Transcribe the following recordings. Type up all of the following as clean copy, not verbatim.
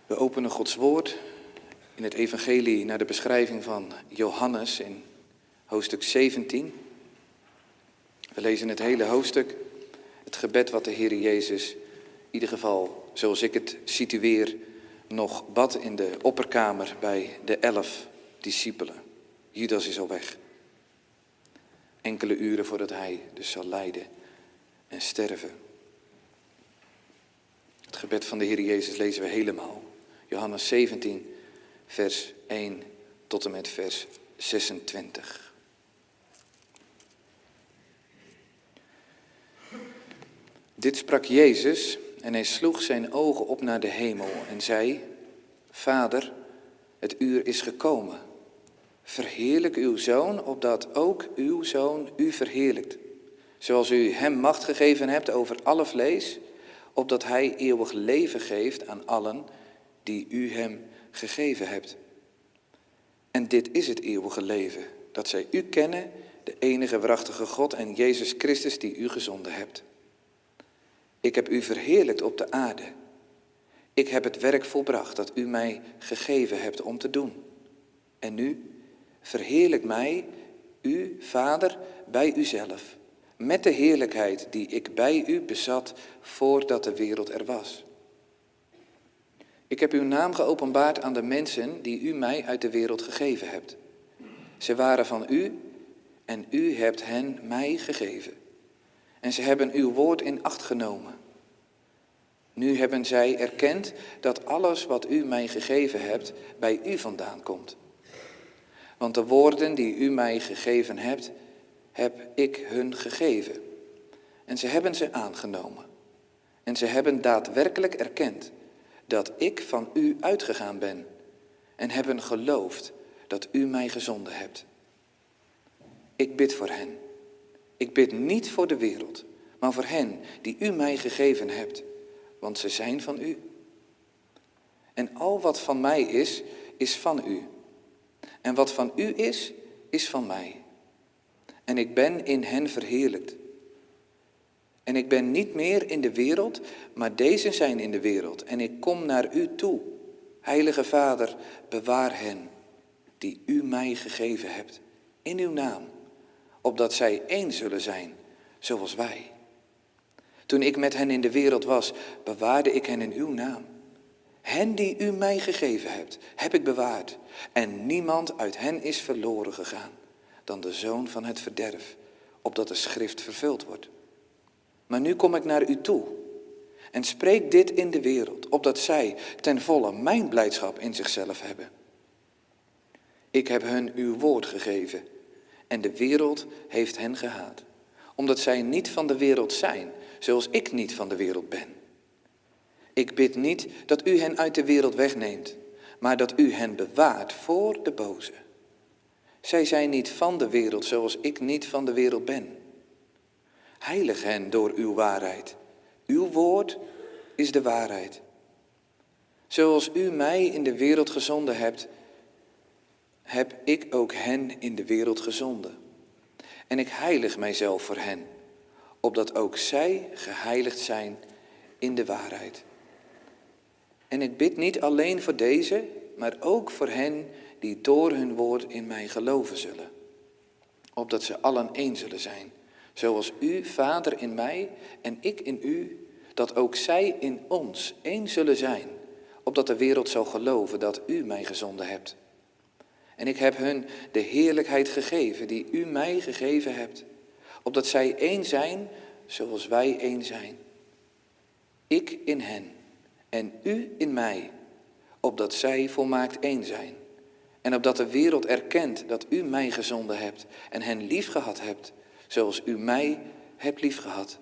We openen Gods woord in het evangelie naar de beschrijving van Johannes in hoofdstuk 17. We lezen het hele hoofdstuk, het gebed wat de Heer Jezus, in ieder geval zoals ik het situeer, nog bad in de opperkamer bij de 11 discipelen. Judas is al weg. Enkele uren voordat hij dus zal lijden en sterven. Het gebed van de Heer Jezus lezen we helemaal. Johannes 17, vers 1 tot en met vers 26. Dit sprak Jezus en hij sloeg zijn ogen op naar de hemel en zei: Vader, het uur is gekomen. Verheerlijk uw Zoon, opdat ook uw Zoon u verheerlijkt. Zoals u hem macht gegeven hebt over alle vlees, opdat hij eeuwig leven geeft aan allen die u hem gegeven hebt. En dit is het eeuwige leven, dat zij u kennen, de enige waarachtige God en Jezus Christus die u gezonden hebt. Ik heb u verheerlijkt op de aarde. Ik heb het werk volbracht dat u mij gegeven hebt om te doen. En nu, verheerlijk mij, u, Vader, bij uzelf, met de heerlijkheid die ik bij u bezat voordat de wereld er was. Ik heb uw naam geopenbaard aan de mensen die u mij uit de wereld gegeven hebt. Ze waren van u en u hebt hen mij gegeven. En ze hebben uw woord in acht genomen. Nu hebben zij erkend dat alles wat u mij gegeven hebt bij u vandaan komt. Want de woorden die u mij gegeven hebt, heb ik hun gegeven. En ze hebben ze aangenomen. En ze hebben daadwerkelijk erkend dat ik van u uitgegaan ben. En hebben geloofd dat u mij gezonden hebt. Ik bid voor hen. Ik bid niet voor de wereld, maar voor hen die u mij gegeven hebt. Want ze zijn van u. En al wat van mij is van u. En wat van u is van mij. En ik ben in hen verheerlijkt. En ik ben niet meer in de wereld, maar deze zijn in de wereld. En ik kom naar u toe. Heilige Vader, bewaar hen die u mij gegeven hebt. In uw naam. Opdat zij één zullen zijn, zoals wij. Toen ik met hen in de wereld was, bewaarde ik hen in uw naam. Hen die u mij gegeven hebt, heb ik bewaard. En niemand uit hen is verloren gegaan dan de zoon van het verderf, opdat de schrift vervuld wordt. Maar nu kom ik naar u toe en spreek dit in de wereld, opdat zij ten volle mijn blijdschap in zichzelf hebben. Ik heb hun uw woord gegeven en de wereld heeft hen gehaat, omdat zij niet van de wereld zijn, zoals ik niet van de wereld ben. Ik bid niet dat u hen uit de wereld wegneemt, maar dat u hen bewaart voor de boze. Zij zijn niet van de wereld, zoals ik niet van de wereld ben. Heilig hen door uw waarheid. Uw woord is de waarheid. Zoals u mij in de wereld gezonden hebt, heb ik ook hen in de wereld gezonden. En ik heilig mijzelf voor hen, opdat ook zij geheiligd zijn in de waarheid. En ik bid niet alleen voor deze, maar ook voor hen die door hun woord in mij geloven zullen. Opdat ze allen één zullen zijn, zoals u, Vader, in mij en ik in u, dat ook zij in ons één zullen zijn, opdat de wereld zal geloven dat u mij gezonden hebt. En ik heb hun de heerlijkheid gegeven die u mij gegeven hebt, opdat zij één zijn, zoals wij één zijn. Ik in hen en u in mij, opdat zij volmaakt één zijn. En opdat de wereld erkent dat u mij gezonden hebt en hen liefgehad hebt, zoals u mij hebt liefgehad.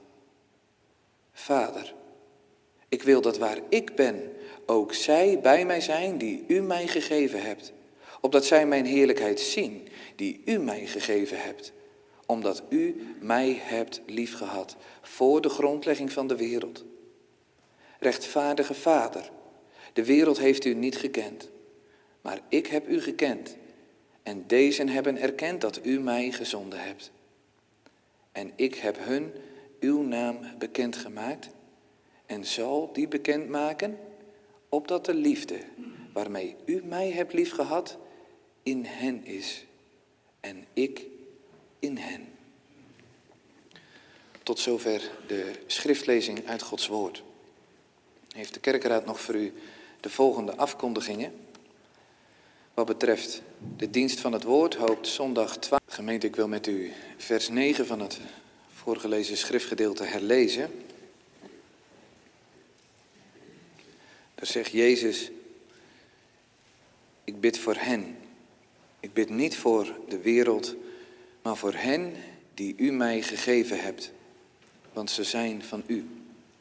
Vader, ik wil dat waar ik ben, ook zij bij mij zijn die u mij gegeven hebt, opdat zij mijn heerlijkheid zien die u mij gegeven hebt, omdat u mij hebt liefgehad voor de grondlegging van de wereld. Rechtvaardige Vader, de wereld heeft u niet gekend, maar ik heb u gekend en dezen hebben erkend dat u mij gezonden hebt. En ik heb hun uw naam bekendgemaakt en zal die bekendmaken, opdat de liefde waarmee u mij hebt liefgehad in hen is en ik in hen. Tot zover de schriftlezing uit Gods woord. Heeft de kerkenraad nog voor u de volgende afkondigingen. Wat betreft de dienst van het woord hoopt zondag 12. Gemeente, ik wil met u vers 9 van het voorgelezen schriftgedeelte herlezen. Daar zegt Jezus: ik bid voor hen. Ik bid niet voor de wereld, maar voor hen die u mij gegeven hebt. Want ze zijn van u.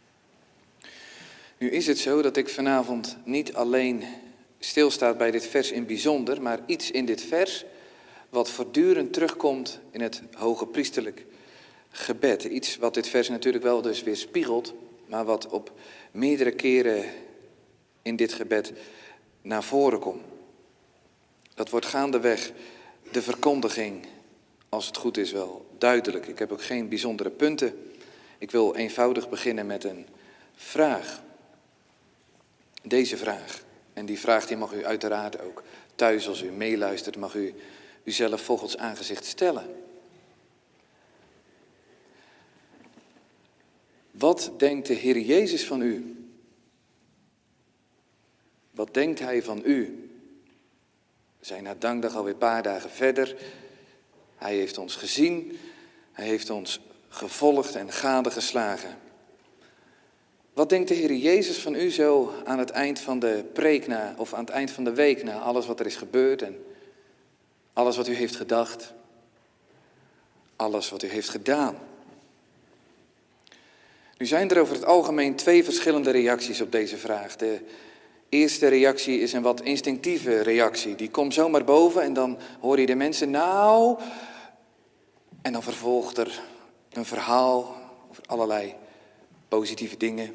Nu is het zo dat ik vanavond niet alleen stilstaat bij dit vers in bijzonder, maar iets in dit vers wat voortdurend terugkomt in het hoge priesterlijk gebed. Iets wat dit vers natuurlijk wel dus weer spiegelt, maar wat op meerdere keren in dit gebed naar voren komt. Dat wordt gaandeweg de verkondiging, als het goed is, wel duidelijk. Ik heb ook geen bijzondere punten. Ik wil eenvoudig beginnen met een vraag. Deze vraag. En die vraag die mag u uiteraard ook thuis, als u meeluistert, mag u uzelf voor Gods aangezicht stellen. Wat denkt de Heer Jezus van u? Wat denkt Hij van u? We zijn na Dankdag alweer een paar dagen verder. Hij heeft ons gezien. Hij heeft ons gevolgd en gadegeslagen. Wat denkt de Heer Jezus van u zo aan het eind van de preek of aan het eind van de week na alles wat er is gebeurd en alles wat u heeft gedacht, alles wat u heeft gedaan? Nu zijn er over het algemeen 2 verschillende reacties op deze vraag. De eerste reactie is een wat instinctieve reactie. Die komt zomaar boven en dan hoor je de mensen nou. En dan vervolgt er een verhaal over allerlei positieve dingen.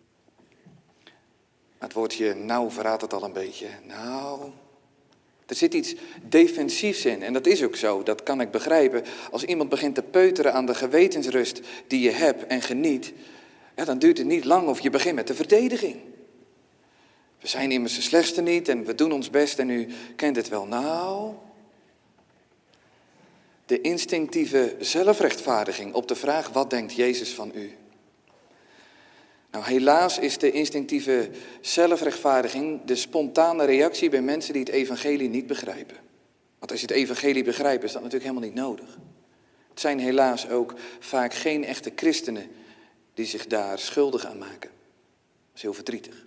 Het woordje nou verraadt het al een beetje. Nou, er zit iets defensiefs in. En dat is ook zo, dat kan ik begrijpen. Als iemand begint te peuteren aan de gewetensrust die je hebt en geniet, ja, dan duurt het niet lang of je begint met de verdediging. We zijn immers de slechtste niet en we doen ons best en u kent het wel. Nou, de instinctieve zelfrechtvaardiging op de vraag: wat denkt Jezus van u? Nou, helaas is de instinctieve zelfrechtvaardiging de spontane reactie bij mensen die het evangelie niet begrijpen. Want als je het evangelie begrijpt, is dat natuurlijk helemaal niet nodig. Het zijn helaas ook vaak geen echte christenen die zich daar schuldig aan maken. Dat is heel verdrietig.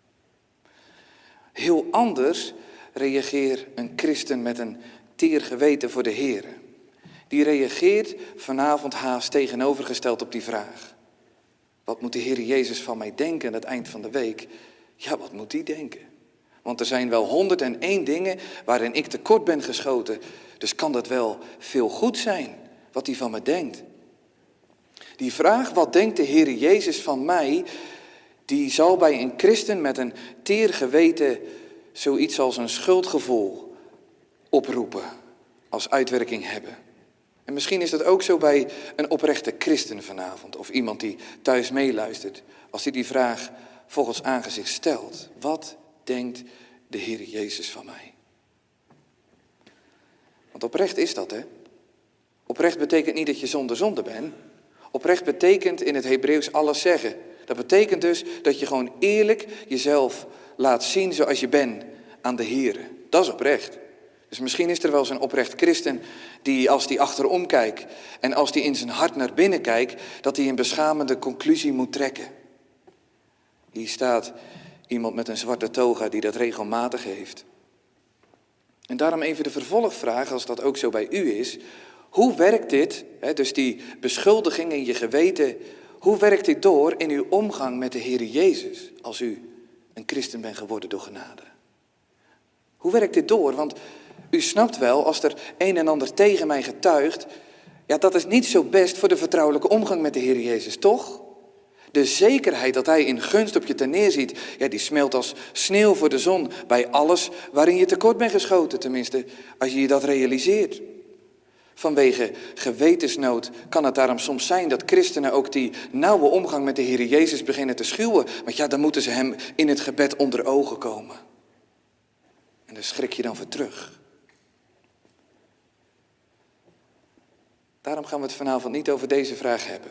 Heel anders reageert een christen met een teer geweten voor de Heer. Die reageert vanavond haast tegenovergesteld op die vraag. Wat moet de Heer Jezus van mij denken aan het eind van de week? Ja, wat moet hij denken? Want er zijn wel 101 dingen waarin ik tekort ben geschoten. Dus kan dat wel veel goed zijn wat hij van me denkt. Die vraag, wat denkt de Heer Jezus van mij, die zal bij een christen met een teer geweten zoiets als een schuldgevoel oproepen, als uitwerking hebben. En misschien is dat ook zo bij een oprechte christen vanavond, of iemand die thuis meeluistert, als hij die vraag voor Gods aangezicht stelt. Wat denkt de Heer Jezus van mij? Want oprecht is dat, hè? Oprecht betekent niet dat je zonder zonde bent. Oprecht betekent in het Hebreeuws alles zeggen. Dat betekent dus dat je gewoon eerlijk jezelf laat zien zoals je bent aan de Heer. Dat is oprecht. Dus misschien is er wel zo'n oprecht christen die als die achterom kijkt en als die in zijn hart naar binnen kijkt, dat hij een beschamende conclusie moet trekken. Hier staat iemand met een zwarte toga die dat regelmatig heeft. En daarom even de vervolgvraag, als dat ook zo bij u is. Hoe werkt dit, dus die beschuldiging in je geweten, hoe werkt dit door in uw omgang met de Heer Jezus als u een christen bent geworden door genade? Hoe werkt dit door? Want u snapt wel, als er een en ander tegen mij getuigt, ja, dat is niet zo best voor de vertrouwelijke omgang met de Heer Jezus, toch? De zekerheid dat Hij in gunst op je terneerziet, ja, die smelt als sneeuw voor de zon bij alles waarin je tekort bent geschoten, tenminste, als je je dat realiseert. Vanwege gewetensnood kan het daarom soms zijn dat christenen ook die nauwe omgang met de Heer Jezus beginnen te schuwen. Want ja, dan moeten ze hem in het gebed onder ogen komen. En daar schrik je dan voor terug. Daarom gaan we het vanavond niet over deze vraag hebben.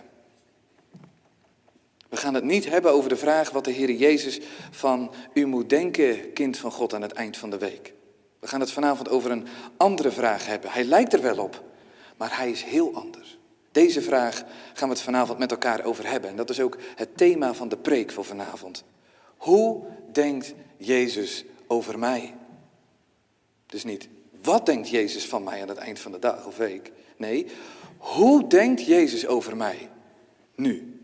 We gaan het niet hebben over de vraag wat de Heer Jezus van u moet denken, kind van God, aan het eind van de week. We gaan het vanavond over een andere vraag hebben. Hij lijkt er wel op, maar hij is heel anders. Deze vraag gaan we het vanavond met elkaar over hebben. En dat is ook het thema van de preek voor vanavond. Hoe denkt Jezus over mij? Dus niet, wat denkt Jezus van mij aan het eind van de dag of week? Nee, hoe denkt Jezus over mij nu?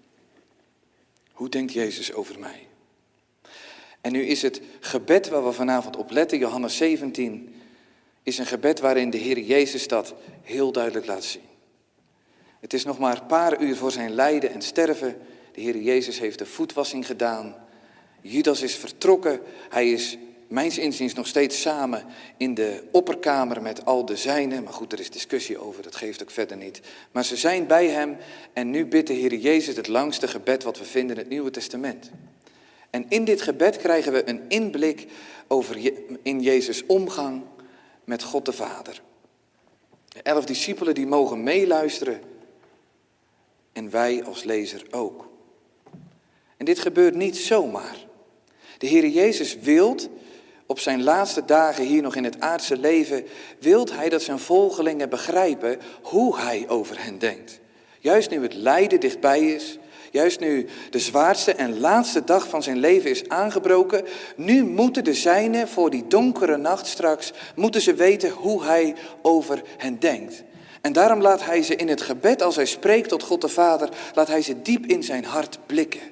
Hoe denkt Jezus over mij? En nu is het gebed waar we vanavond op letten, Johannes 17, is een gebed waarin de Heer Jezus dat heel duidelijk laat zien. Het is nog maar een paar uur voor zijn lijden en sterven. De Heer Jezus heeft de voetwassing gedaan. Judas is vertrokken. Hij is mijns inziens nog steeds samen in de opperkamer met al de zijnen. Maar goed, er is discussie over, dat geeft ook verder niet. Maar ze zijn bij hem en nu bidt de Heer Jezus het langste gebed wat we vinden in het Nieuwe Testament. En in dit gebed krijgen we een inblik in Jezus' omgang met God de Vader. De 11 discipelen die mogen meeluisteren en wij als lezer ook. En dit gebeurt niet zomaar. De Heer Jezus wilt op zijn laatste dagen hier nog in het aardse leven, wilt hij dat zijn volgelingen begrijpen hoe hij over hen denkt. Juist nu het lijden dichtbij is, juist nu de zwaarste en laatste dag van zijn leven is aangebroken, nu moeten de zijnen voor die donkere nacht straks, moeten ze weten hoe hij over hen denkt. En daarom laat hij ze in het gebed, als hij spreekt tot God de Vader, laat hij ze diep in zijn hart blikken.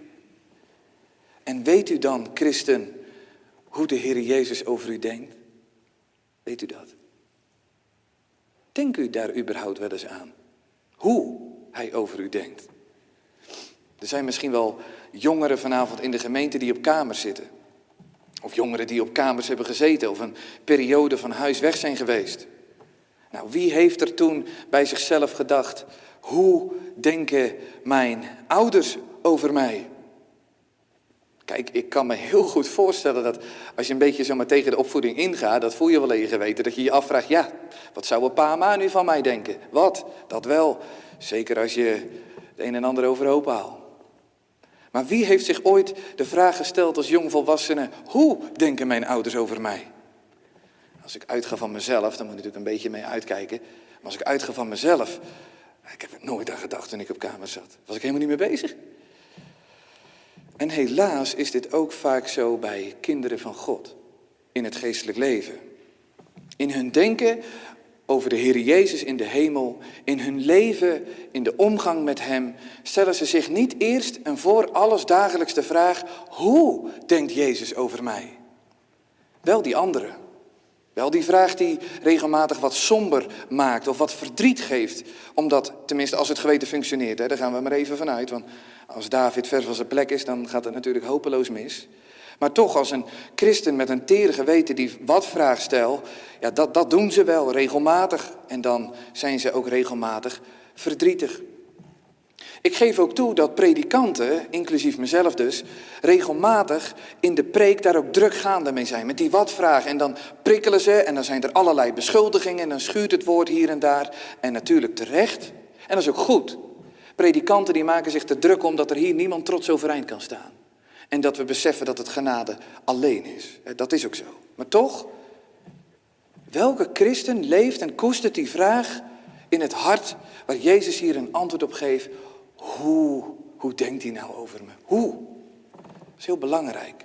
En weet u dan, christen, hoe de Heer Jezus over u denkt? Weet u dat? Denkt u daar überhaupt wel eens aan? Hoe hij over u denkt? Er zijn misschien wel jongeren vanavond in de gemeente die op kamers zitten. Of jongeren die op kamers hebben gezeten of een periode van huis weg zijn geweest. Nou, wie heeft er toen bij zichzelf gedacht, hoe denken mijn ouders over mij? Kijk, ik kan me heel goed voorstellen dat als je een beetje zomaar tegen de opvoeding ingaat, dat voel je wel in je geweten, dat je je afvraagt, ja, wat zou een pa en ma nu van mij denken? Wat? Dat wel. Zeker als je het een en ander overhoop haalt. Maar wie heeft zich ooit de vraag gesteld als jongvolwassene, hoe denken mijn ouders over mij? Als ik uitga van mezelf, dan moet ik natuurlijk een beetje mee uitkijken. Maar als ik uitga van mezelf, ik heb er nooit aan gedacht toen ik op kamer zat. Was ik helemaal niet mee bezig. En helaas is dit ook vaak zo bij kinderen van God in het geestelijk leven. In hun denken over de Heer Jezus in de hemel, in hun leven, in de omgang met hem, stellen ze zich niet eerst en voor alles dagelijks de vraag, hoe denkt Jezus over mij? Wel die andere. Wel die vraag die regelmatig wat somber maakt of wat verdriet geeft. Omdat, tenminste als het geweten functioneert, daar gaan we maar even vanuit. Want als David ver van zijn plek is, dan gaat het natuurlijk hopeloos mis. Maar toch, als een christen met een tere geweten die wat vraag stelt, ja, dat doen ze wel regelmatig. En dan zijn ze ook regelmatig verdrietig. Ik geef ook toe dat predikanten, inclusief mezelf dus, regelmatig in de preek daar ook druk gaande mee zijn. Met die wat-vragen. En dan prikkelen ze en dan zijn er allerlei beschuldigingen en dan schuurt het woord hier en daar. En natuurlijk terecht. En dat is ook goed. Predikanten die maken zich er druk om dat er hier niemand trots overeind kan staan. En dat we beseffen dat het genade alleen is. Dat is ook zo. Maar toch, welke christen leeft en koestert die vraag in het hart waar Jezus hier een antwoord op geeft? Hoe denkt hij nou over me? Hoe? Dat is heel belangrijk.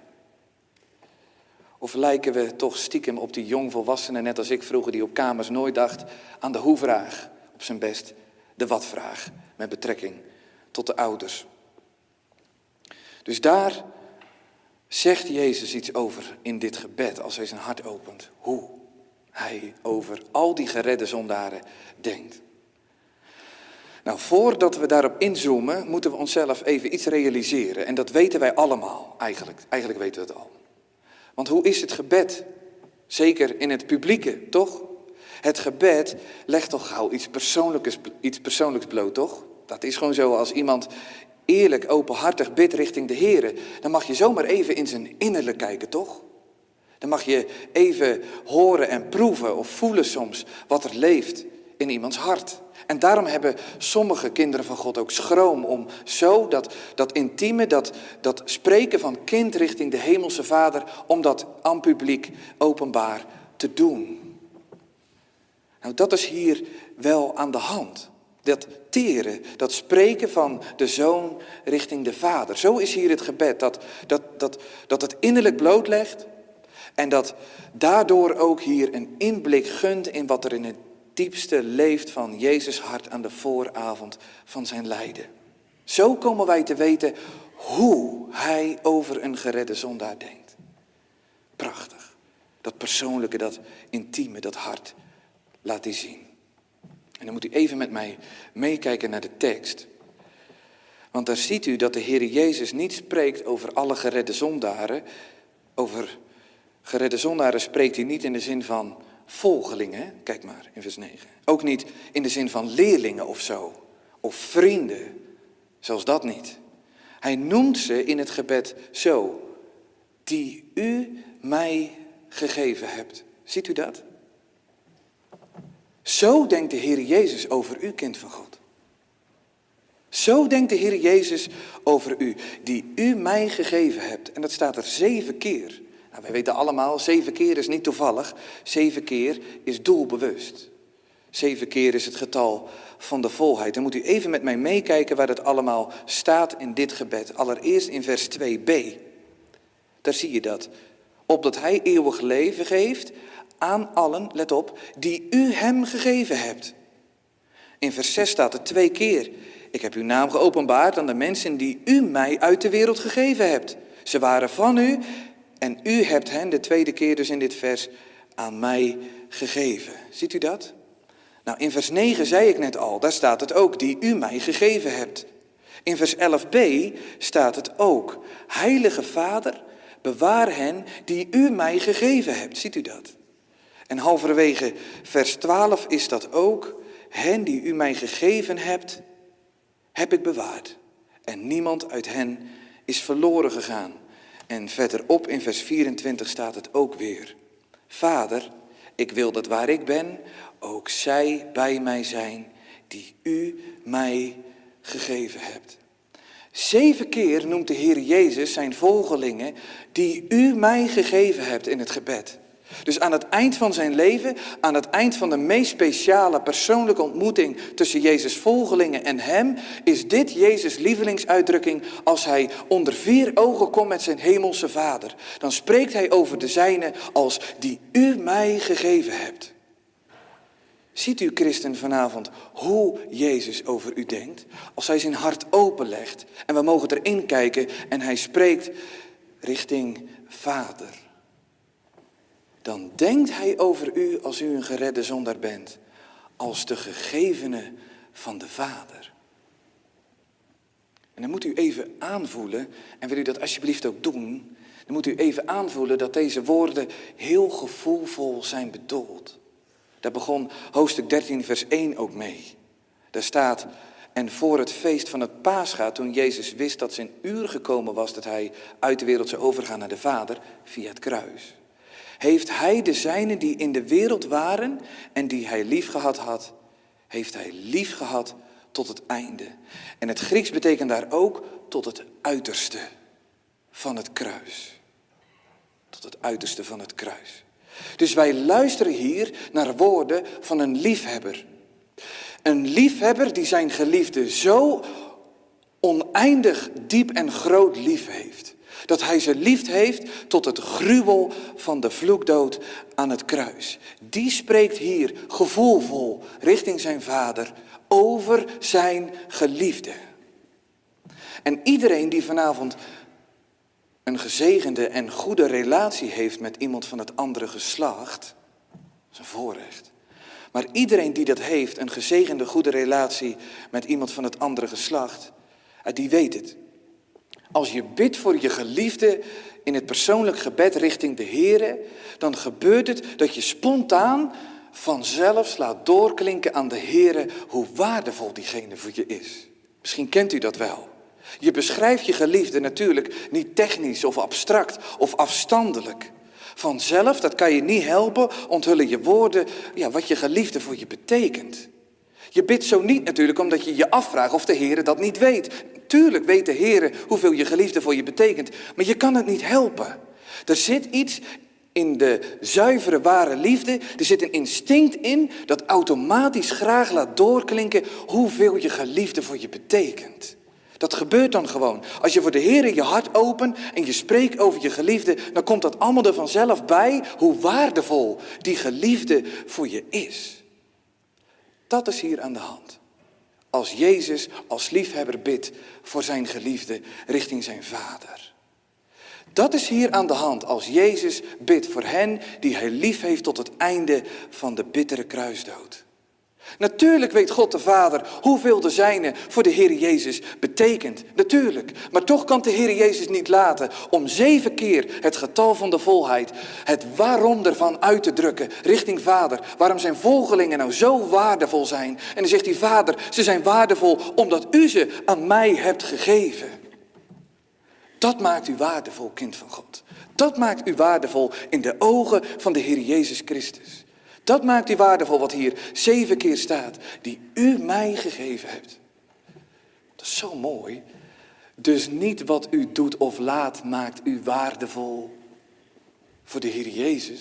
Of lijken we toch stiekem op die jongvolwassenen, net als ik vroeger, die op kamers nooit dacht aan de hoe-vraag, op zijn best de wat-vraag, met betrekking tot de ouders. Dus daar zegt Jezus iets over in dit gebed, als hij zijn hart opent. Hoe hij over al die geredde zondaren denkt. Nou, voordat we daarop inzoomen, moeten we onszelf even iets realiseren. En dat weten wij allemaal, eigenlijk. Eigenlijk weten we het al. Want hoe is het gebed? Zeker in het publieke, toch? Het gebed legt toch gauw iets persoonlijks bloot, toch? Dat is gewoon zo, als iemand eerlijk, openhartig bidt richting de Heer, dan mag je zomaar even in zijn innerlijk kijken, toch? Dan mag je even horen en proeven of voelen soms wat er leeft in iemands hart. En daarom hebben sommige kinderen van God ook schroom om zo dat intieme, dat spreken van kind richting de hemelse Vader, om dat aan publiek openbaar te doen. Nou, dat is hier wel aan de hand. Dat teren, dat spreken van de Zoon richting de Vader. Zo is hier het gebed, dat het innerlijk blootlegt en dat daardoor ook hier een inblik gunt in wat er in het diepste leeft van Jezus' hart aan de vooravond van zijn lijden. Zo komen wij te weten hoe hij over een geredde zondaar denkt. Prachtig. Dat persoonlijke, dat intieme, dat hart laat hij zien. En dan moet u even met mij meekijken naar de tekst. Want daar ziet u dat de Heer Jezus niet spreekt over alle geredde zondaren. Over geredde zondaren spreekt hij niet in de zin van volgelingen. Kijk maar in vers 9. Ook niet in de zin van leerlingen of zo. Of vrienden. Zelfs dat niet. Hij noemt ze in het gebed zo. Die u mij gegeven hebt. Ziet u dat? Zo denkt de Heer Jezus over u, kind van God. Zo denkt de Heer Jezus over u, die u mij gegeven hebt. En dat staat er 7 keer. Nou, wij weten allemaal, 7 keer is niet toevallig. 7 keer is doelbewust. 7 keer is het getal van de volheid. Dan moet u even met mij meekijken waar het allemaal staat in dit gebed. Allereerst in vers 2b. Daar zie je dat. Opdat hij eeuwig leven geeft aan allen, let op, die u hem gegeven hebt. In vers 6 staat het 2 keer. Ik heb uw naam geopenbaard aan de mensen die u mij uit de wereld gegeven hebt. Ze waren van u en u hebt hen, de 2e keer dus in dit vers, aan mij gegeven. Ziet u dat? Nou, in vers 9 zei ik net al, daar staat het ook, die u mij gegeven hebt. In vers 11b staat het ook, Heilige Vader, bewaar hen die u mij gegeven hebt. Ziet u dat? En halverwege vers 12 is dat ook, hen die u mij gegeven hebt, heb ik bewaard. En niemand uit hen is verloren gegaan. En verderop in vers 24 staat het ook weer. Vader, ik wil dat waar ik ben, ook zij bij mij zijn die u mij gegeven hebt. 7 keer noemt de Heer Jezus zijn volgelingen die u mij gegeven hebt in het gebed. Dus aan het eind van zijn leven, aan het eind van de meest speciale persoonlijke ontmoeting tussen Jezus' volgelingen en hem, is dit Jezus' lievelingsuitdrukking als hij onder 4 ogen komt met zijn hemelse Vader. Dan spreekt hij over de zijne als die u mij gegeven hebt. Ziet u, christen, vanavond hoe Jezus over u denkt? Als hij zijn hart openlegt en we mogen erin kijken en hij spreekt richting Vader. Dan denkt hij over u als u een geredde zondaar bent, als de gegevene van de Vader. En dan moet u even aanvoelen, en wil u dat alsjeblieft ook doen, dan moet u even aanvoelen dat deze woorden heel gevoelvol zijn bedoeld. Daar begon hoofdstuk 13 vers 1 ook mee. Daar staat, en voor het feest van het Pascha, toen Jezus wist dat zijn uur gekomen was, dat hij uit de wereld zou overgaan naar de Vader, via het kruis. Heeft hij de zijnen die in de wereld waren en die hij liefgehad had, heeft hij liefgehad tot het einde. En het Grieks betekent daar ook tot het uiterste van het kruis. Tot het uiterste van het kruis. Dus wij luisteren hier naar woorden van een liefhebber. Een liefhebber die zijn geliefde zo oneindig diep en groot lief heeft. Dat hij ze lief heeft tot het gruwel van de vloekdood aan het kruis. Die spreekt hier gevoelvol richting zijn Vader over zijn geliefde. En iedereen die vanavond een gezegende en goede relatie heeft met iemand van het andere geslacht, dat is een voorrecht. Maar iedereen die dat heeft, een gezegende goede relatie met iemand van het andere geslacht, die weet het. Als je bidt voor je geliefde in het persoonlijk gebed richting de Heere, dan gebeurt het dat je spontaan vanzelf laat doorklinken aan de Heere hoe waardevol diegene voor je is. Misschien kent u dat wel. Je beschrijft je geliefde natuurlijk niet technisch of abstract of afstandelijk. Vanzelf, dat kan je niet helpen, onthullen je woorden wat je geliefde voor je betekent. Je bidt zo niet natuurlijk omdat je je afvraagt of de Heere dat niet weet. Tuurlijk weet de Heere hoeveel je geliefde voor je betekent, maar je kan het niet helpen. Er zit iets in de zuivere, ware liefde, er zit een instinct in dat automatisch graag laat doorklinken hoeveel je geliefde voor je betekent. Dat gebeurt dan gewoon. Als je voor de Heere je hart opent en je spreekt over je geliefde, dan komt dat allemaal er vanzelf bij hoe waardevol die geliefde voor je is. Dat is hier aan de hand. Als Jezus als liefhebber bidt voor zijn geliefde richting zijn Vader. Dat is hier aan de hand als Jezus bidt voor hen die hij lief heeft tot het einde van de bittere kruisdood. Natuurlijk weet God de Vader hoeveel de zijne voor de Heer Jezus betekent. Natuurlijk. Maar toch kan de Heer Jezus niet laten om 7 keer het getal van de volheid, het waarom ervan uit te drukken richting Vader. Waarom zijn volgelingen nou zo waardevol zijn. En dan zegt hij, Vader, ze zijn waardevol omdat u ze aan mij hebt gegeven. Dat maakt u waardevol, kind van God. Dat maakt u waardevol in de ogen van de Heer Jezus Christus. Dat maakt u waardevol wat hier 7 keer staat, die u mij gegeven hebt. Dat is zo mooi. Dus niet wat u doet of laat maakt u waardevol voor de Heer Jezus.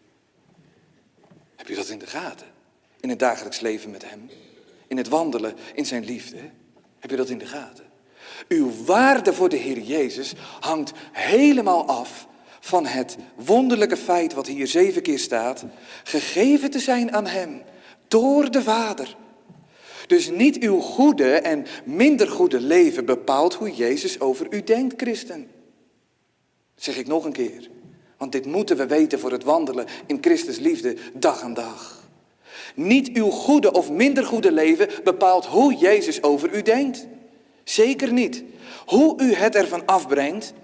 Heb je dat in de gaten? In het dagelijks leven met hem. In het wandelen in zijn liefde. Heb je dat in de gaten? Uw waarde voor de Heer Jezus hangt helemaal af van het wonderlijke feit wat hier 7 keer staat, gegeven te zijn aan hem, door de Vader. Dus niet uw goede en minder goede leven bepaalt hoe Jezus over u denkt, christen. Dat zeg ik nog een keer, want dit moeten we weten voor het wandelen in Christus liefde dag aan dag. Niet uw goede of minder goede leven bepaalt hoe Jezus over u denkt. Zeker niet. Hoe u het ervan afbrengt,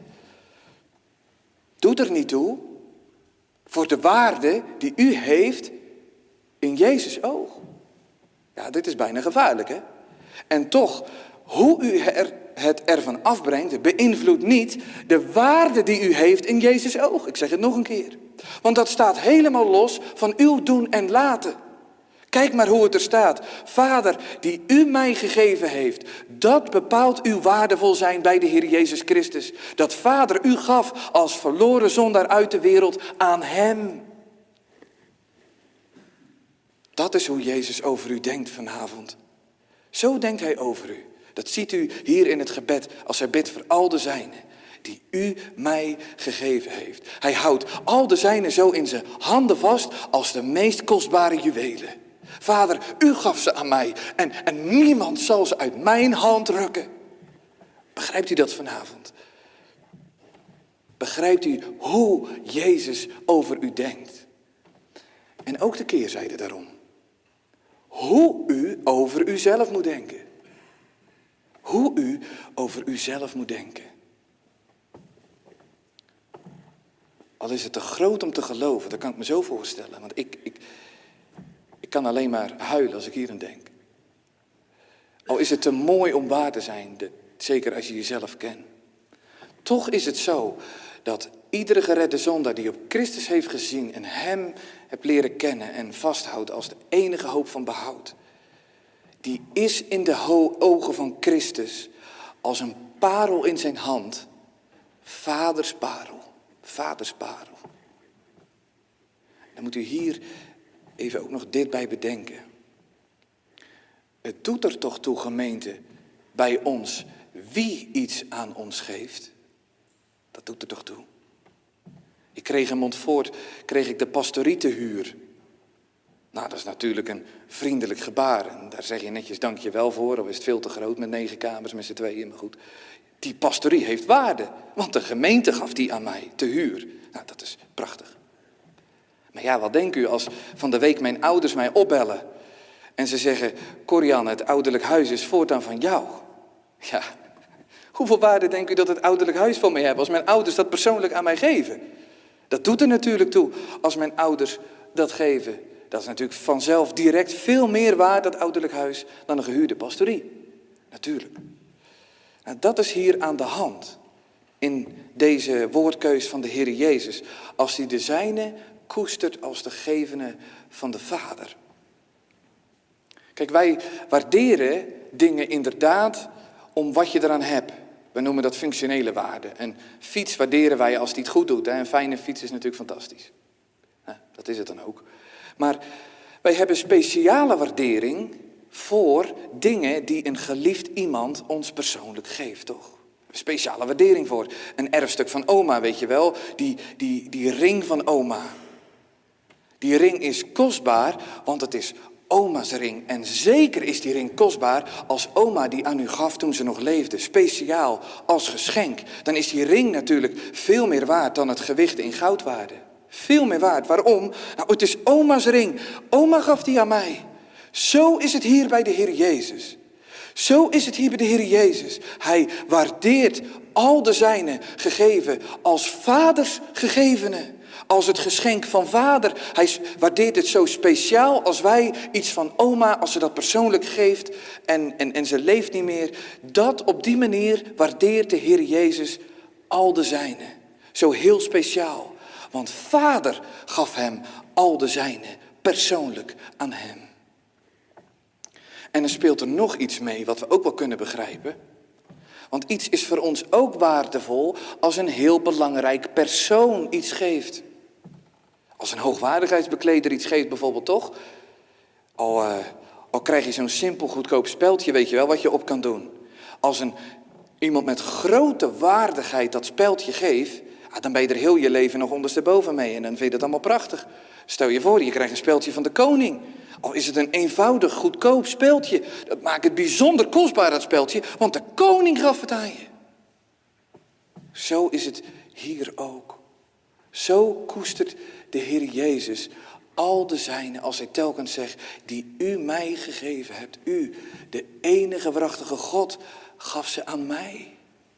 doet er niet toe voor de waarde die u heeft in Jezus' oog. Ja, dit is bijna gevaarlijk, hè? En toch, hoe u het ervan afbrengt, beïnvloedt niet de waarde die u heeft in Jezus' oog. Ik zeg het nog een keer. Want dat staat helemaal los van uw doen en laten. Kijk maar hoe het er staat. Vader, die u mij gegeven heeft, dat bepaalt uw waardevol zijn bij de Heer Jezus Christus. Dat Vader u gaf als verloren zondaar uit de wereld aan hem. Dat is hoe Jezus over u denkt vanavond. Zo denkt hij over u. Dat ziet u hier in het gebed als hij bidt voor al de zijnen die u mij gegeven heeft. Hij houdt al de zijnen zo in zijn handen vast als de meest kostbare juwelen. Vader, u gaf ze aan mij en niemand zal ze uit mijn hand rukken. Begrijpt u dat vanavond? Begrijpt u hoe Jezus over u denkt? En ook de keerzijde daarom. Hoe u over uzelf moet denken. Hoe u over uzelf moet denken. Al is het te groot om te geloven, dat kan ik me zo voorstellen. Want ik kan alleen maar huilen als ik hier aan denk. Al is het te mooi om waar te zijn, zeker als je jezelf kent. Toch is het zo dat iedere geredde zondaar die op Christus heeft gezien en hem hebt leren kennen en vasthoudt als de enige hoop van behoud, die is in de ogen van Christus als een parel in zijn hand, vaders parel, vaders parel. Dan moet u hier even ook nog dit bij bedenken. Het doet er toch toe, gemeente, bij ons wie iets aan ons geeft. Dat doet er toch toe. Ik kreeg in Montfort de pastorie te huur. Nou, dat is natuurlijk een vriendelijk gebaar. En daar zeg je netjes dankjewel voor. Of is het veel te groot met 9 kamers met z'n tweeën. Maar goed, die pastorie heeft waarde. Want de gemeente gaf die aan mij te huur. Nou, dat is prachtig. Maar ja, wat denkt u als van de week mijn ouders mij opbellen. En ze zeggen, Corianne, het ouderlijk huis is voortaan van jou. Ja, hoeveel waarde denkt u dat het ouderlijk huis van mij heeft als mijn ouders dat persoonlijk aan mij geven? Dat doet er natuurlijk toe als mijn ouders dat geven Dat is natuurlijk vanzelf direct veel meer waard, dat ouderlijk huis, dan een gehuurde pastorie. Natuurlijk. Nou, dat is hier aan de hand in deze woordkeus van de Heer Jezus. Als hij de zijne koestert als de gegevene van de Vader. Kijk, wij waarderen dingen inderdaad om wat je eraan hebt. We noemen dat functionele waarde. Een fiets waarderen wij als die het goed doet. Een fijne fiets is natuurlijk fantastisch. Dat is het dan ook. Maar wij hebben speciale waardering voor dingen die een geliefd iemand ons persoonlijk geeft, toch? Speciale waardering voor. Een erfstuk van oma, weet je wel. Die ring van oma. Die ring is kostbaar, want het is oma's ring. En zeker is die ring kostbaar als oma die aan u gaf toen ze nog leefde. Speciaal, als geschenk. Dan is die ring natuurlijk veel meer waard dan het gewicht in goudwaarde. Veel meer waard. Waarom? Nou, het is oma's ring. Oma gaf die aan mij. Zo is het hier bij de Heer Jezus. Zo is het hier bij de Heer Jezus. Hij waardeert al de zijne gegeven als vaders gegevene. Als het geschenk van vader. Hij waardeert het zo speciaal als wij iets van oma, als ze dat persoonlijk geeft en ze leeft niet meer. Dat op die manier waardeert de Heer Jezus al de zijne. Zo heel speciaal. Want vader gaf hem al de zijne persoonlijk aan hem. En er speelt er nog iets mee wat we ook wel kunnen begrijpen. Want iets is voor ons ook waardevol als een heel belangrijk persoon iets geeft. Als een hoogwaardigheidsbekleder iets geeft bijvoorbeeld, toch? Al krijg je zo'n simpel goedkoop speldje, weet je wel, wat je op kan doen. Als iemand met grote waardigheid dat speldje geeft, dan ben je er heel je leven nog ondersteboven mee. En dan vind je dat allemaal prachtig. Stel je voor, je krijgt een speldje van de koning. Al is het een eenvoudig, goedkoop speldje. Dat maakt het bijzonder kostbaar, dat speldje, want de koning gaf het aan je. Zo is het hier ook. Zo koestert de Heer Jezus al de zijne als hij telkens zegt, die u mij gegeven hebt. U, de enige waarachtige God, gaf ze aan mij.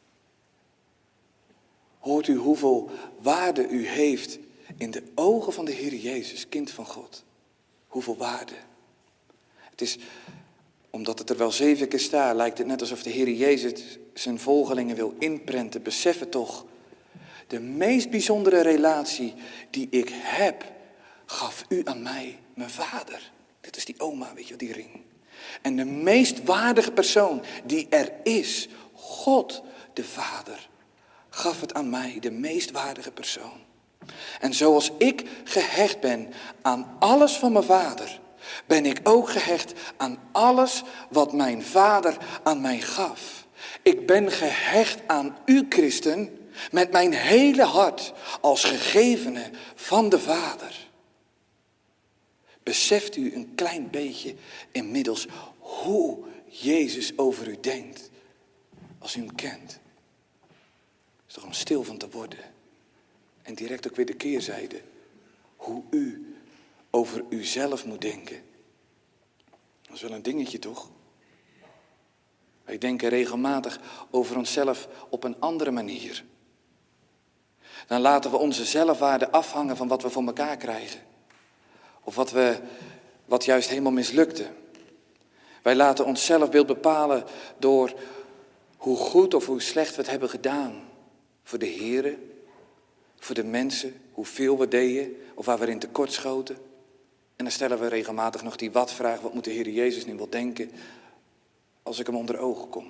Hoort u hoeveel waarde u heeft in de ogen van de Heer Jezus, kind van God. Hoeveel waarde. Het is, omdat het er wel 7 keer staat, lijkt het net alsof de Heer Jezus zijn volgelingen wil inprenten. Beseffen toch, de meest bijzondere relatie die ik heb, gaf u aan mij, mijn vader. Dit is die oma, weet je, die ring. En de meest waardige persoon die er is, God de Vader, gaf het aan mij, de meest waardige persoon. En zoals ik gehecht ben aan alles van mijn vader, ben ik ook gehecht aan alles wat mijn vader aan mij gaf. Ik ben gehecht aan u, christen, met mijn hele hart als gegevene van de Vader. Beseft u een klein beetje inmiddels hoe Jezus over u denkt als u hem kent? Is toch om stil van te worden. En direct ook weer de keerzijde. Hoe u over uzelf moet denken. Dat is wel een dingetje, toch? Wij denken regelmatig over onszelf op een andere manier. Dan laten we onze zelfwaarde afhangen van wat we voor elkaar krijgen. Of wat juist helemaal mislukte. Wij laten ons zelfbeeld bepalen door hoe goed of hoe slecht we het hebben gedaan. Voor de Here, voor de mensen, hoeveel we deden of waar we in tekort schoten. En dan stellen we regelmatig nog die wat-vraag, wat moet de Heer Jezus nu wel denken als ik hem onder ogen kom.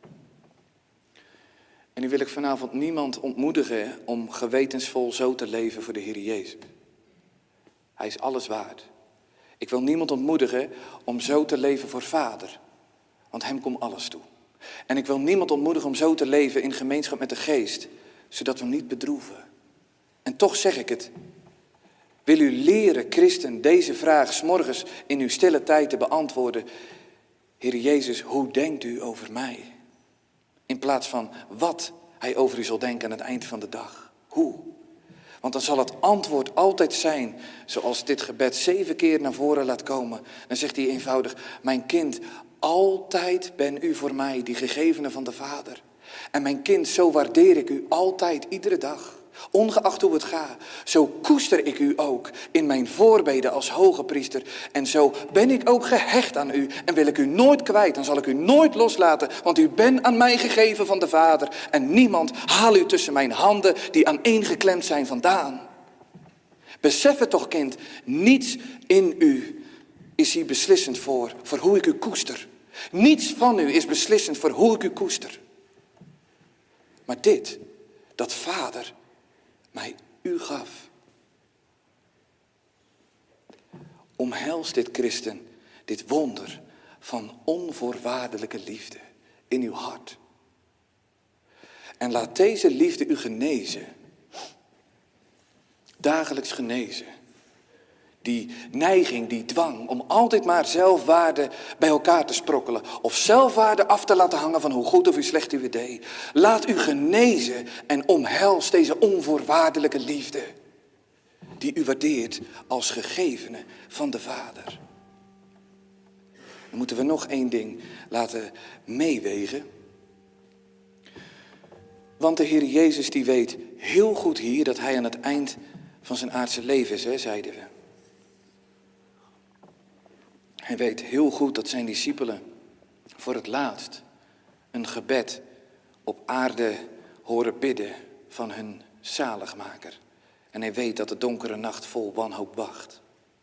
En nu wil ik vanavond niemand ontmoedigen om gewetensvol zo te leven voor de Heer Jezus. Hij is alles waard. Ik wil niemand ontmoedigen om zo te leven voor Vader, want hem komt alles toe. En ik wil niemand ontmoedigen om zo te leven in gemeenschap met de Geest, zodat we hem niet bedroeven. En toch zeg ik het. Wil u leren, christen, deze vraag 's morgens in uw stille tijd te beantwoorden. Heer Jezus, hoe denkt u over mij? In plaats van wat hij over u zal denken aan het eind van de dag. Hoe? Want dan zal het antwoord altijd zijn, zoals dit gebed 7 keer naar voren laat komen. Dan zegt hij eenvoudig, mijn kind, altijd ben u voor mij die gegevene van de Vader. En mijn kind, zo waardeer ik u altijd, iedere dag. Ongeacht hoe het gaat, zo koester ik u ook in mijn voorbeden als hoge priester. En zo ben ik ook gehecht aan u en wil ik u nooit kwijt. Dan zal ik u nooit loslaten, want u bent aan mij gegeven van de Vader. En niemand haal u tussen mijn handen die aneengeklemd zijn vandaan. Besef het toch, kind, niets in u is hier beslissend voor hoe ik u koester. Niets van u is beslissend voor hoe ik u koester. Maar dit, dat Vader mij u gaf. Omhels dit, christen, dit wonder van onvoorwaardelijke liefde in uw hart. En laat deze liefde u genezen. Dagelijks genezen. Die neiging, die dwang om altijd maar zelfwaarde bij elkaar te sprokkelen. Of zelfwaarde af te laten hangen van hoe goed of hoe slecht u het deed. Laat u genezen en omhels deze onvoorwaardelijke liefde. Die u waardeert als gegevene van de Vader. Dan moeten we nog één ding laten meewegen. Want de Heer Jezus die weet heel goed hier dat hij aan het eind van zijn aardse leven is, zeiden we. Hij weet heel goed dat zijn discipelen voor het laatst een gebed op aarde horen bidden van hun zaligmaker. En hij weet dat de donkere nacht vol wanhoop wacht.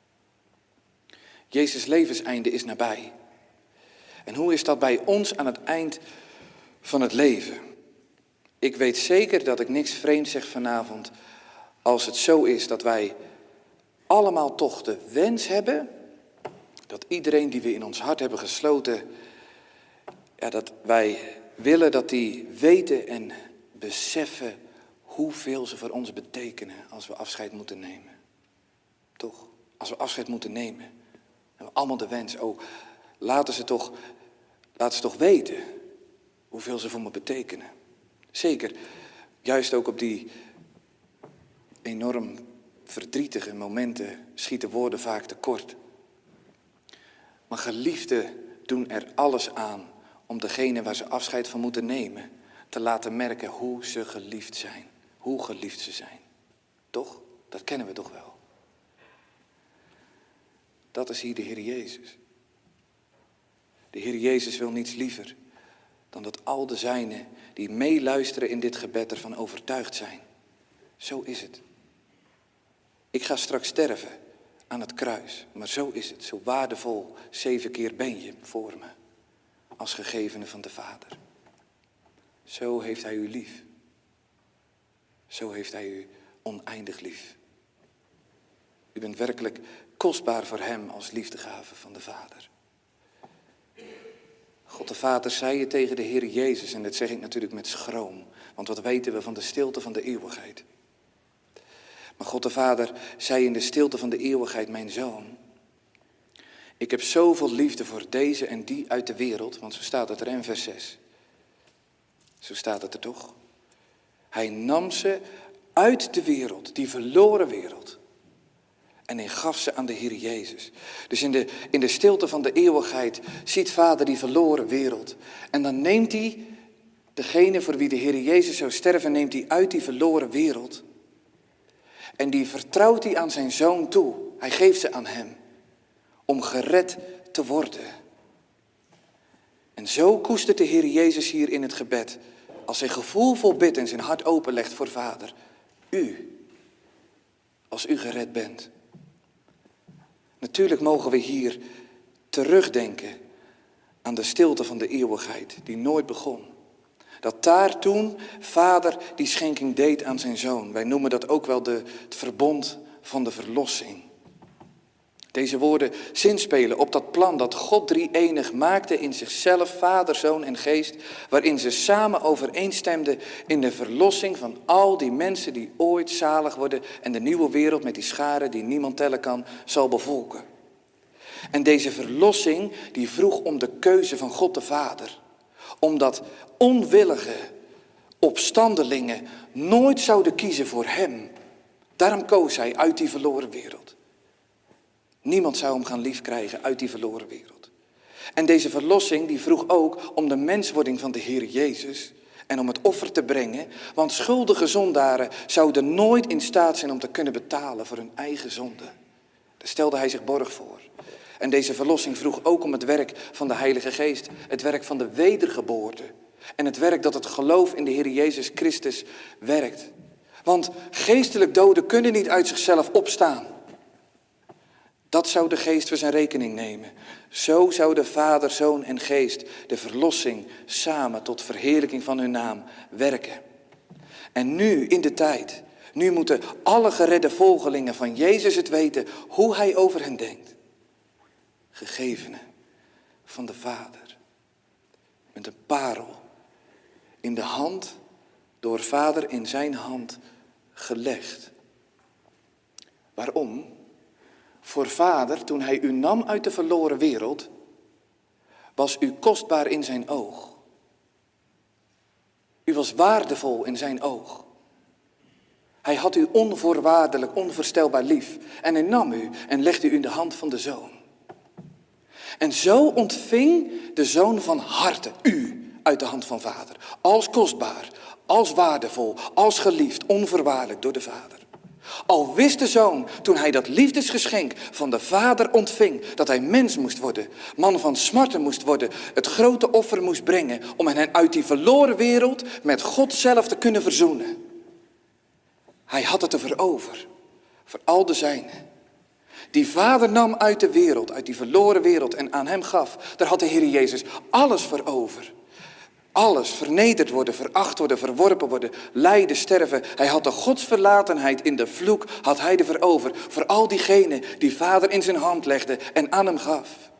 Jezus' levenseinde is nabij. En hoe is dat bij ons aan het eind van het leven? Ik weet zeker dat ik niks vreemds zeg vanavond als het zo is dat wij allemaal toch de wens hebben dat iedereen die we in ons hart hebben gesloten, dat wij willen dat die weten en beseffen hoeveel ze voor ons betekenen als we afscheid moeten nemen. Toch? Als we afscheid moeten nemen, hebben we allemaal de wens, laten ze toch weten hoeveel ze voor me betekenen. Zeker, juist ook op die enorm verdrietige momenten schieten woorden vaak tekort. Maar geliefden doen er alles aan om degene waar ze afscheid van moeten nemen te laten merken hoe ze geliefd zijn. Hoe geliefd ze zijn. Toch? Dat kennen we toch wel. Dat is hier de Heer Jezus. De Heer Jezus wil niets liever dan dat al de zijnen die meeluisteren in dit gebed ervan overtuigd zijn. Zo is het. Ik ga straks sterven aan het kruis, maar zo is het. Zo waardevol 7 keer ben je voor me als gegevene van de Vader. Zo heeft hij u lief. Zo heeft hij u oneindig lief. U bent werkelijk kostbaar voor hem als liefdegave van de Vader. God de Vader zei je tegen de Heer Jezus, en dat zeg ik natuurlijk met schroom, want wat weten we van de stilte van de eeuwigheid. Maar God de Vader zei in de stilte van de eeuwigheid, mijn zoon, ik heb zoveel liefde voor deze en die uit de wereld, want zo staat het er in vers 6. Zo staat het er toch? Hij nam ze uit de wereld, die verloren wereld. En hij gaf ze aan de Heer Jezus. Dus in de stilte van de eeuwigheid ziet Vader die verloren wereld. En dan neemt hij degene voor wie de Heer Jezus zou sterven, neemt hij uit die verloren wereld. En die vertrouwt hij aan zijn zoon toe. Hij geeft ze aan hem. Om gered te worden. En zo koestert de Heer Jezus hier in het gebed. Als hij gevoelvol bidt en zijn hart openlegt voor Vader. U. Als u gered bent. Natuurlijk mogen we hier terugdenken aan de stilte van de eeuwigheid die nooit begon. Dat daar toen Vader die schenking deed aan zijn zoon. Wij noemen dat ook wel het verbond van de verlossing. Deze woorden zinspelen op dat plan dat God drie-enig maakte in zichzelf, Vader, Zoon en Geest, waarin ze samen overeenstemden in de verlossing van al die mensen die ooit zalig worden en de nieuwe wereld met die scharen die niemand tellen kan, zal bevolken. En deze verlossing die vroeg om de keuze van God de Vader, omdat onwillige opstandelingen nooit zouden kiezen voor hem. Daarom koos hij uit die verloren wereld. Niemand zou hem gaan liefkrijgen uit die verloren wereld. En deze verlossing die vroeg ook om de menswording van de Heer Jezus. en om het offer te brengen. Want schuldige zondaren zouden nooit in staat zijn om te kunnen betalen voor hun eigen zonde. Daar stelde hij zich borg voor. En deze verlossing vroeg ook om het werk van de Heilige Geest. Het werk van de wedergeboorte. En het werk dat het geloof in de Heer Jezus Christus werkt. Want geestelijk doden kunnen niet uit zichzelf opstaan. Dat zou de Geest voor zijn rekening nemen. Zo zouden Vader, Zoon en Geest de verlossing samen tot verheerlijking van hun naam werken. En nu in de tijd, nu moeten alle geredde volgelingen van Jezus het weten hoe hij over hen denkt. Gegevenen van de Vader. Met een parel in de hand, door Vader in zijn hand gelegd. Waarom? Voor Vader, toen hij u nam uit de verloren wereld, was u kostbaar in zijn oog. U was waardevol in zijn oog. Hij had u onvoorwaardelijk, onvoorstelbaar lief. En hij nam u en legde u in de hand van de Zoon. En zo ontving de Zoon van harte u uit de hand van Vader. Als kostbaar, als waardevol, als geliefd, onvoorwaardelijk door de Vader. Al wist de Zoon, toen hij dat liefdesgeschenk van de Vader ontving, dat hij mens moest worden, man van smarten moest worden, het grote offer moest brengen om hen uit die verloren wereld met God zelf te kunnen verzoenen. Hij had het ervoor over, voor al de zijnen. Die Vader nam uit de wereld, uit die verloren wereld en aan hem gaf. Daar had de Heer Jezus alles voor over. Alles, vernederd worden, veracht worden, verworpen worden, lijden, sterven. Hij had de godsverlatenheid in de vloek, had hij ervoor over. Voor al diegenen die Vader in zijn hand legde en aan hem gaf.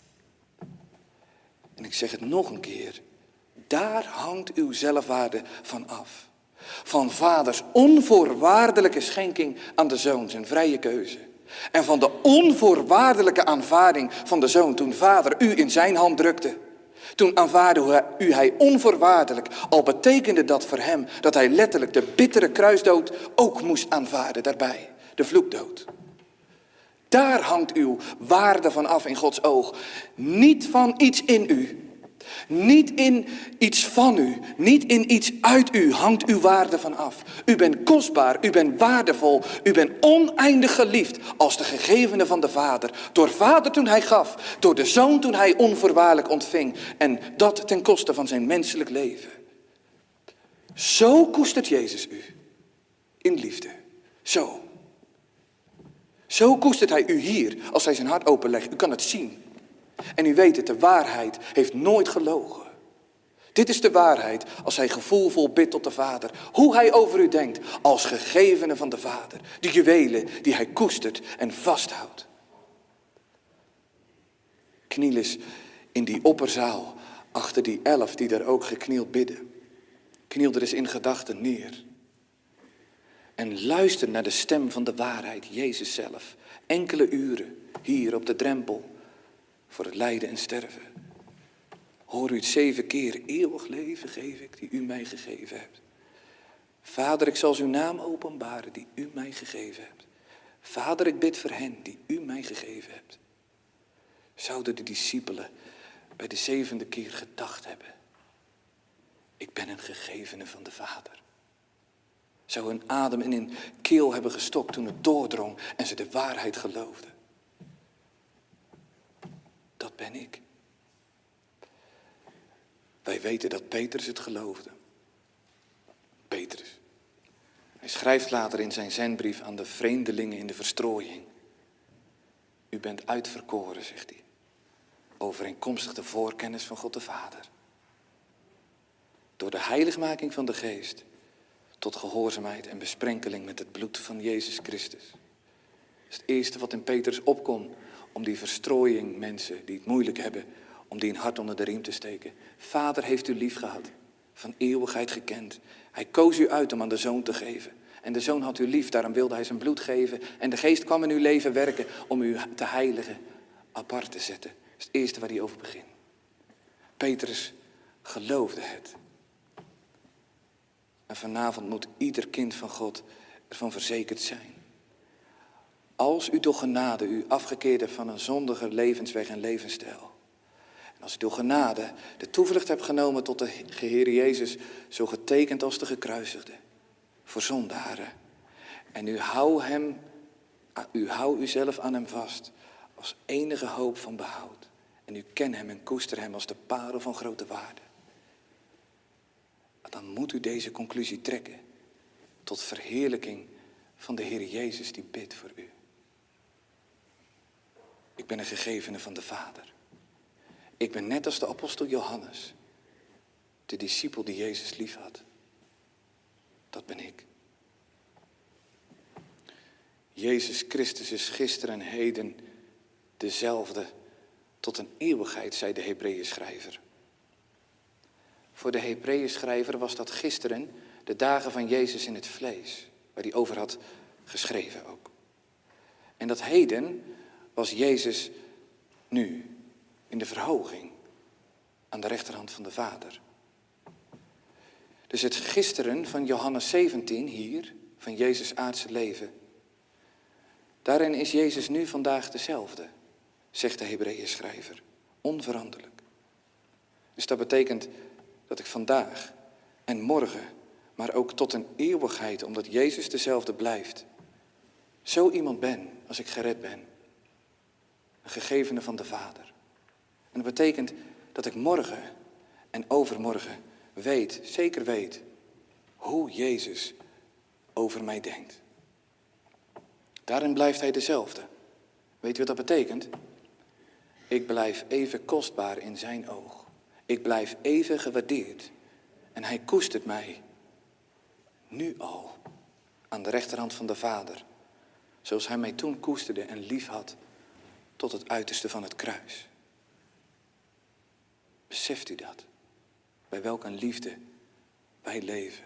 En ik zeg het nog een keer. Daar hangt uw zelfwaarde van af. Van Vaders onvoorwaardelijke schenking aan de Zoon, zijn vrije keuze. En van de onvoorwaardelijke aanvaarding van de Zoon toen Vader u in zijn hand drukte. Toen aanvaarde u hij onvoorwaardelijk, al betekende dat voor hem dat hij letterlijk de bittere kruisdood ook moest aanvaarden daarbij. De vloekdood. Daar hangt uw waarde van af in Gods oog. Niet van iets in u. Niet in iets van u, niet in iets uit u hangt uw waarde van af. U bent kostbaar, u bent waardevol, u bent oneindig geliefd als de gegevene van de Vader. Door Vader toen hij gaf, door de Zoon toen hij onvoorwaardelijk ontving. En dat ten koste van zijn menselijk leven. Zo koestert Jezus u, in liefde. Zo. Zo koestert hij u hier, als hij zijn hart openlegt. U kan het zien. En u weet het, de waarheid heeft nooit gelogen. Dit is de waarheid als hij gevoelvol bidt tot de Vader. Hoe hij over u denkt als gegevene van de Vader. De juwelen die hij koestert en vasthoudt. Kniel eens in die opperzaal achter die 11 die daar ook geknield bidden. Kniel er eens in gedachten neer. En luister naar de stem van de waarheid, Jezus zelf. Enkele uren hier op de drempel. Voor het lijden en sterven. Hoor u het 7 keer, eeuwig leven geef ik, die u mij gegeven hebt. Vader, ik zal uw naam openbaren, die u mij gegeven hebt. Vader, ik bid voor hen, die u mij gegeven hebt. Zouden de discipelen bij de 7e keer gedacht hebben. Ik ben een gegevene van de Vader. Zou hun adem in hun keel hebben gestokt toen het doordrong en ze de waarheid geloofden. Dat ben ik. Wij weten dat Petrus het geloofde. Petrus. Hij schrijft later in zijn zendbrief aan de vreemdelingen in de verstrooiing. U bent uitverkoren, zegt hij. Overeenkomstig de voorkennis van God de Vader. Door de heiligmaking van de Geest. Tot gehoorzaamheid en besprenkeling met het bloed van Jezus Christus. Dat is het eerste wat in Petrus opkomt. Om die verstrooiing mensen die het moeilijk hebben, om die een hart onder de riem te steken. Vader heeft u lief gehad, van eeuwigheid gekend. Hij koos u uit om aan de Zoon te geven. En de Zoon had u lief, daarom wilde hij zijn bloed geven. En de Geest kwam in uw leven werken om u te heiligen, apart te zetten. Dat is het eerste waar hij over begint. Petrus geloofde het. En vanavond moet ieder kind van God ervan verzekerd zijn. Als u door genade u afgekeerd hebt van een zondige levensweg en levensstijl. En Als ik door genade de toevlucht heb genomen tot de Heer Jezus, zo getekend als de gekruisigde, voor zondaren. En u hou uzelf aan hem vast, als enige hoop van behoud. En u ken hem en koester hem als de parel van grote waarde. Dan moet u deze conclusie trekken, tot verheerlijking van de Heer Jezus die bidt voor u. Ik ben een gegevene van de Vader. Ik ben net als de apostel Johannes, de discipel die Jezus lief had. Dat ben ik. Jezus Christus is gisteren en heden dezelfde tot een eeuwigheid, zei de Hebreeënschrijver. Voor de Hebreeënschrijver was dat gisteren de dagen van Jezus in het vlees, waar hij over had geschreven ook. En dat heden was Jezus nu, in de verhoging, aan de rechterhand van de Vader. Dus het gisteren van Johannes 17 hier, van Jezus' aardse leven, daarin is Jezus nu vandaag dezelfde, zegt de Hebreeënschrijver, onveranderlijk. Dus dat betekent dat ik vandaag en morgen, maar ook tot een eeuwigheid, omdat Jezus dezelfde blijft, zo iemand ben als ik gered ben. Een gegevene van de Vader. En dat betekent dat ik morgen en overmorgen weet, zeker weet, hoe Jezus over mij denkt. Daarin blijft hij dezelfde. Weet u wat dat betekent? Ik blijf even kostbaar in zijn oog. Ik blijf even gewaardeerd. En hij koestert mij nu al aan de rechterhand van de Vader. Zoals hij mij toen koesterde en lief had tot het uiterste van het kruis. Beseft u dat? Bij welk een liefde wij leven.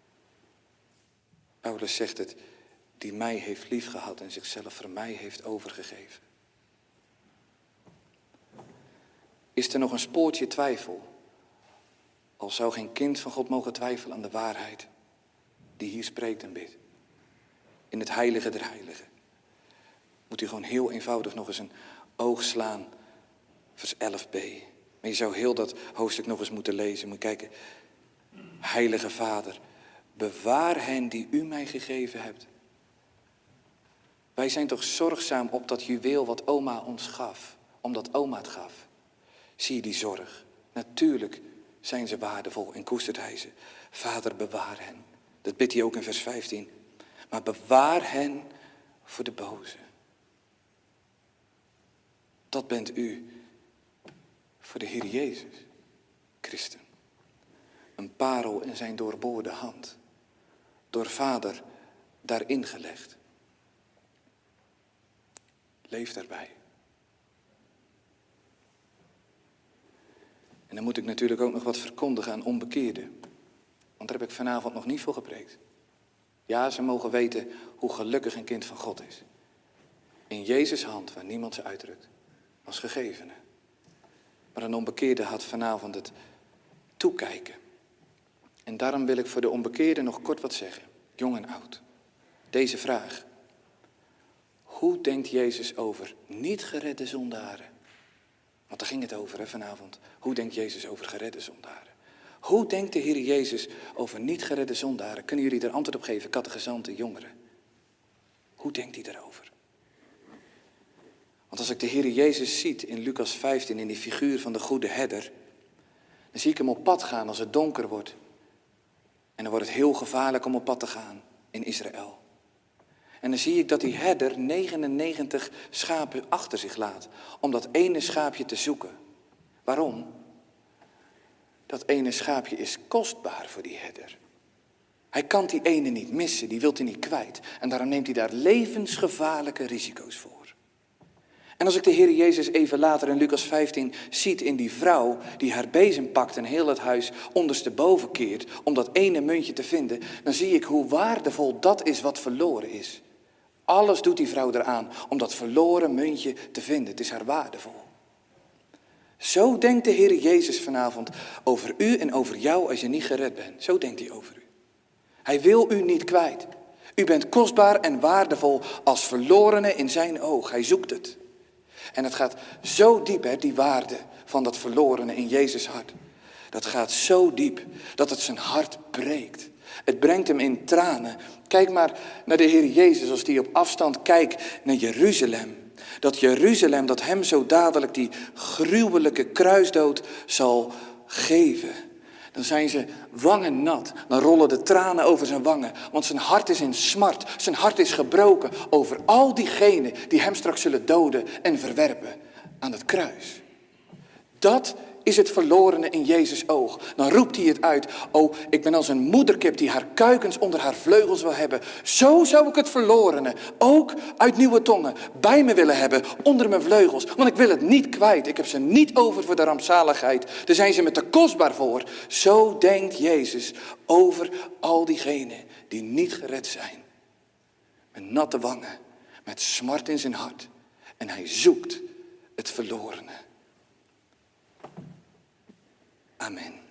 Paulus zegt het, die mij heeft liefgehad en zichzelf voor mij heeft overgegeven. Is er nog een spoortje twijfel? Al zou geen kind van God mogen twijfelen aan de waarheid die hier spreekt en bidt. In het heilige der heiligen. Moet u gewoon heel eenvoudig nog eens een oog slaan. Vers 11b. Maar je zou heel dat hoofdstuk nog eens moeten lezen. Moet je kijken. Heilige Vader, bewaar hen die u mij gegeven hebt. Wij zijn toch zorgzaam op dat juweel wat oma ons gaf. Omdat oma het gaf. Zie je die zorg? Natuurlijk zijn ze waardevol en koestert hij ze. Vader, bewaar hen. Dat bidt hij ook in vers 15. Maar bewaar hen voor de boze. Dat bent u voor de Heer Jezus, Christen. Een parel in zijn doorboorde hand. Door Vader daarin gelegd. Leef daarbij. En dan moet ik natuurlijk ook nog wat verkondigen aan onbekeerden. Want daar heb ik vanavond nog niet voor gepreekt. Ja, ze mogen weten hoe gelukkig een kind van God is. In Jezus' hand, waar niemand ze uitdrukt. Als gegevene. Maar een onbekeerde had vanavond het toekijken. En daarom wil ik voor de onbekeerde nog kort wat zeggen. Jong en oud. Deze vraag. Hoe denkt Jezus over niet geredde zondaren? Want daar ging het over vanavond. Hoe denkt Jezus over geredde zondaren? Hoe denkt de Heer Jezus over niet geredde zondaren? Kunnen jullie er antwoord op geven, catechizanten, jongeren? Hoe denkt hij daarover? Want als ik de Heer Jezus ziet in Lucas 15, in die figuur van de goede herder, dan zie ik hem op pad gaan als het donker wordt. En dan wordt het heel gevaarlijk om op pad te gaan in Israël. En dan zie ik dat die herder 99 schapen achter zich laat, om dat ene schaapje te zoeken. Waarom? Dat ene schaapje is kostbaar voor die herder. Hij kan die ene niet missen, die wil hij niet kwijt. En daarom neemt hij daar levensgevaarlijke risico's voor. En als ik de Heer Jezus even later in Lucas 15 ziet in die vrouw die haar bezem pakt en heel het huis ondersteboven keert om dat ene muntje te vinden, dan zie ik hoe waardevol dat is wat verloren is. Alles doet die vrouw eraan om dat verloren muntje te vinden. Het is haar waardevol. Zo denkt de Heer Jezus vanavond over u en over jou als je niet gered bent. Zo denkt hij over u. Hij wil u niet kwijt. U bent kostbaar en waardevol als verlorene in zijn oog. Hij zoekt het. En het gaat zo diep, hè, die waarde van dat verlorene in Jezus' hart. Dat gaat zo diep dat het zijn hart breekt. Het brengt hem in tranen. Kijk maar naar de Heer Jezus als hij op afstand kijkt naar Jeruzalem. Dat Jeruzalem dat hem zo dadelijk die gruwelijke kruisdood zal geven. Dan zijn zijn wangen nat. Dan rollen de tranen over zijn wangen. Want zijn hart is in smart. Zijn hart is gebroken over al diegenen die hem straks zullen doden en verwerpen aan het kruis. Dat is het verlorene in Jezus' oog. Dan roept hij het uit. Oh, ik ben als een moederkip die haar kuikens onder haar vleugels wil hebben. Zo zou ik het verlorene, ook uit nieuwe tongen, bij me willen hebben, onder mijn vleugels. Want ik wil het niet kwijt. Ik heb ze niet over voor de rampzaligheid. Daar zijn ze me te kostbaar voor. Zo denkt Jezus over al diegenen die niet gered zijn. Met natte wangen, met smart in zijn hart. En hij zoekt het verlorene. Amen.